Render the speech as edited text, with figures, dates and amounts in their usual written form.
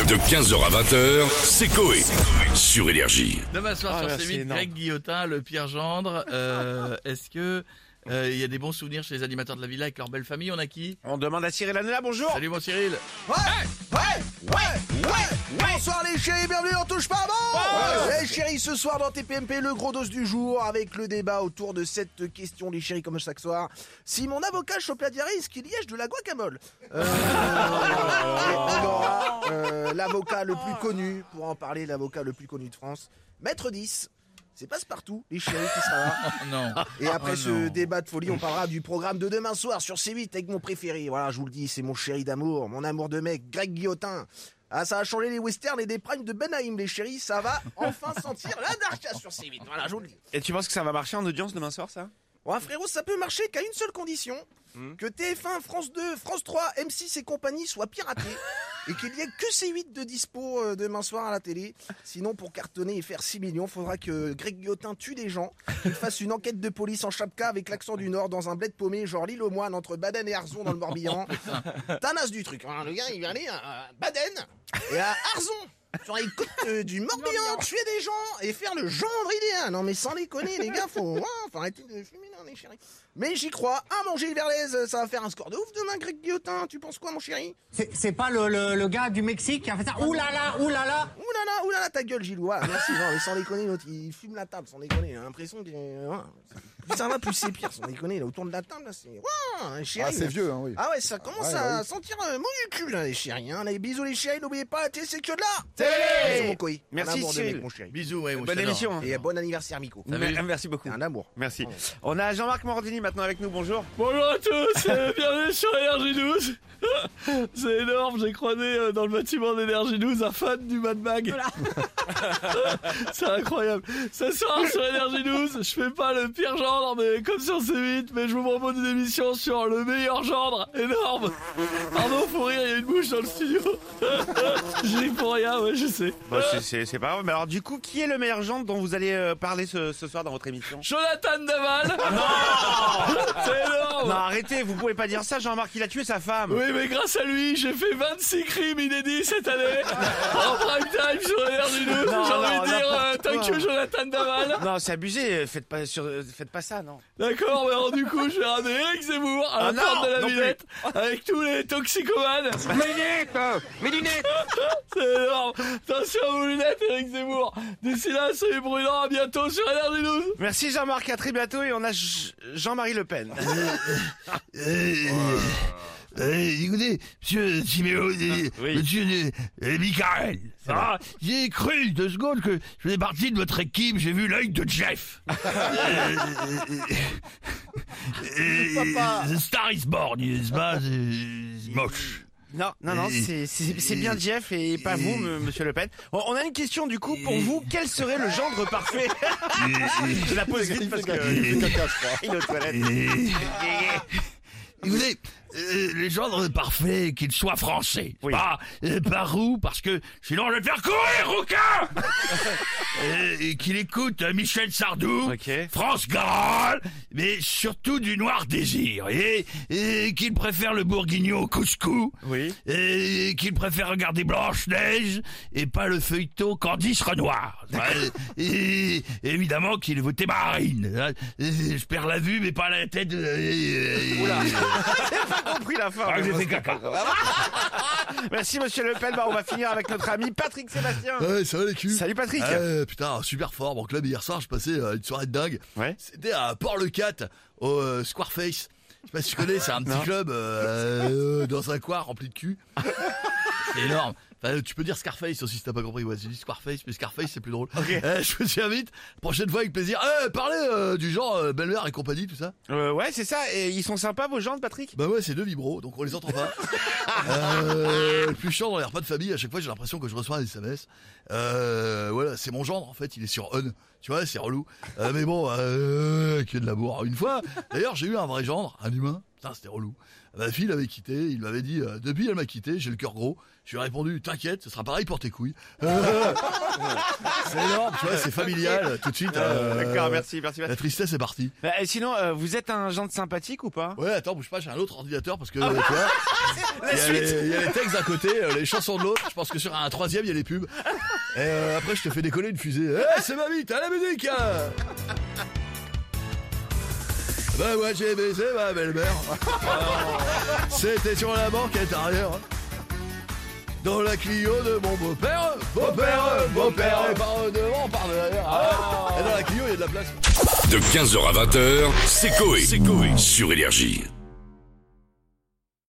De 15h à 20h, c'est Coé. Sur Énergie. Demain soir sur C8, Greg Guillotin, le pire gendre. Est-ce que il y a des bons souvenirs chez les animateurs de la villa avec leur belle famille? On a qui? On demande à Cyril Hanouna, bonjour. Salut mon Cyril. Bonsoir les chéris, bienvenue dans Touche pas bon. Les chéris, ce soir dans TPMP, le gros dos du jour avec le débat autour de cette question, les chéris, comme chaque soir. Si mon avocat chope la diarrhée, est-ce qu'il liège de la guacamole? On aura l'avocat le plus connu, pour en parler, l'avocat le plus connu de France, Maître 10. C'est Passe-Partout, les chéris, qui sera là. Non. Et après ce débat de folie, on parlera du programme de demain soir sur C8 avec mon préféré. Voilà, je vous le dis, c'est mon chéri d'amour, mon amour de mec, Greg Guillotin. Ah, ça a changé les westerns et des primes de Ben Haïm, les chéris. Ça va enfin sentir la darka sur C8. Voilà, je vous le dis. Et tu penses que ça va marcher en audience demain soir, ça? Bon, frérot, ça peut marcher qu'à une seule condition. Que TF1, France 2, France 3, M6 et compagnie soient piratés. Et qu'il y ait que C8 de dispo demain soir à la télé. Sinon, pour cartonner et faire 6 millions, faudra que Greg Guillotin tue des gens, qu'il fasse une enquête de police en chapka avec l'accent du Nord dans un bled paumé, genre l'île aux moines entre Baden et Arzon dans le Morbihan. T'as naze du truc. Hein. Le gars, il va aller à Baden et à Arzon. Sur les côtes du Morbihan, tuer des gens et faire le gendre idéal. Non mais sans déconner les gars, faut arrêter de fumer là les chéris. Mais j'y crois, à manger Verlaise, ça va faire un score de ouf demain Greg Guillotin, tu penses quoi mon chéri? C'est pas le gars du Mexique qui a fait ça. Ouh là là, ouh là là. Ouh là là, ta gueule Gilles, ouais, merci, non mais sans déconner, l'autre il fume la table, sans déconner, j'ai l'impression que... plus ça va, plus c'est pire, sans déconner, là, autour de la table, là, c'est... Ouais, chéri. Ah, c'est vieux, hein, oui. Ah ouais, ça commence à sentir mou du cul, là, les chéris, hein. Les bisous les chéris, n'oubliez pas, la télé, c'est que de là. Télé. Bisous, mon coï. Merci, Un amour de Cyril. mec, mon chéri. Bisous, ouais, Bonne émission. Hein. Et bon anniversaire, Miko. Merci beaucoup. C'est un amour. Merci. On a Jean-Marc Morandini maintenant avec nous, bonjour. Bonjour à tous, bienvenue sur Énergie 12. C'est énorme, j'ai croisé dans le bâtiment d'Énergie 12 un fan du Mad Mag. C'est incroyable. Ce soir sur Énergie 12, je fais pas le pire gendre, mais comme sur C8, mais je vous propose une émission sur le meilleur gendre. Énorme. Pardon, faut rire, il y a une bouche dans le studio. Je ris pour rien, ouais, je sais. Bon, c'est pas grave, mais alors du coup, qui est le meilleur gendre dont vous allez parler ce soir dans votre émission? Jonathan Daval. C'est énorme. Non, arrêtez, vous pouvez pas dire ça, Jean-Marc, il a tué sa femme. Oui, mais grâce à lui, j'ai fait 26 crimes inédits cette année. En prime time sur Énergie 12. J'ai envie de dire, thank you Jonathan Daval. Non, c'est abusé, faites pas ça, non. D'accord, mais alors du coup, je vais ramener Eric Zemmour à la porte de la Villette avec tous les toxicomanes. Mes lunettes. C'est énorme. Attention à vos lunettes, Eric Zemmour. D'ici là, soyez prudents. À bientôt sur Énergie 12. Merci Jean-Marc, à très bientôt, et on a Jean-Marie Le Pen. Écoutez, monsieur Timéo, oui. monsieur Michael, j'ai cru 2 secondes que je faisais partie de votre équipe, j'ai vu l'œil de Jeff. The Star is Born, n'est-ce pas? C'est moche. Non, c'est bien Jeff et pas vous, monsieur Le Pen. On a une question du coup pour vous. Quel serait le gendre parfait? Je la pose vite parce que il est aux toilettes. Écoutez, les gendres parfaits, qu'ils soient français. Oui. Pas roux, parce que sinon je vais te faire courir, rouquin. Et qu'il écoute Michel Sardou, Ok. France Gall, mais surtout du Noir Désir. Et qu'il préfère le bourguignon au couscous. Oui. Et qu'il préfère regarder Blanche-Neige et pas le feuilleton Candice Renoir. Et évidemment qu'il votait Marine. Je perds la vue mais pas la tête. Oula. J'ai pas compris la fin. Ah, j'ai fait caca. Merci monsieur Le Pen. On va finir avec notre ami Patrick Sébastien. Ouais, ça va les culs. Salut Patrick. Putain, super fort. Bon, club hier soir, je passais une soirée de dingue. Ouais. C'était à Port-le-Cat, au Squareface. Je sais pas si tu connais, c'est un petit club dans un coin rempli de cul. C'est énorme. Enfin, tu peux dire Scarface aussi si t'as pas compris. Ouais, j'ai dit Squareface, mais Scarface c'est plus drôle. Okay. Je me invite. Prochaine fois avec plaisir. Parlez du genre belle-mère et compagnie, tout ça. Ouais, c'est ça. Et ils sont sympas vos gendres, Patrick? Bah ouais, c'est 2 vibros, donc on les entend pas. Le plus chiant dans les repas de famille, à chaque fois j'ai l'impression que je reçois un SMS. Voilà, c'est mon gendre en fait, il est sur on. Tu vois, c'est relou. Mais bon, que de l'amour. Une fois, d'ailleurs, j'ai eu un vrai gendre, un humain. Putain, c'était relou. Ma fille l'avait quitté, il m'avait dit, depuis elle m'a quitté, j'ai le cœur gros. Je lui ai répondu, t'inquiète, ce sera pareil pour tes couilles. C'est énorme, tu vois, c'est familial, tout de suite. D'accord, merci. La tristesse est partie. Et sinon, vous êtes un genre de sympathique ou pas? Ouais, attends, bouge pas, j'ai un autre ordinateur parce que, tu vois, il y a les textes d'un côté, les chansons de l'autre. Je pense que sur un troisième, il y a les pubs. Et après, je te fais décoller une fusée. C'est ma vie, t'as la musique, hein. Bah ouais, j'ai baisé ma belle-mère. C'était sur la banquette arrière. Dans la Clio de mon beau-père. Et par devant, par derrière. Et dans la Clio, il y a de la place. De 15h à 20h, c'est Coé. Sur Énergie.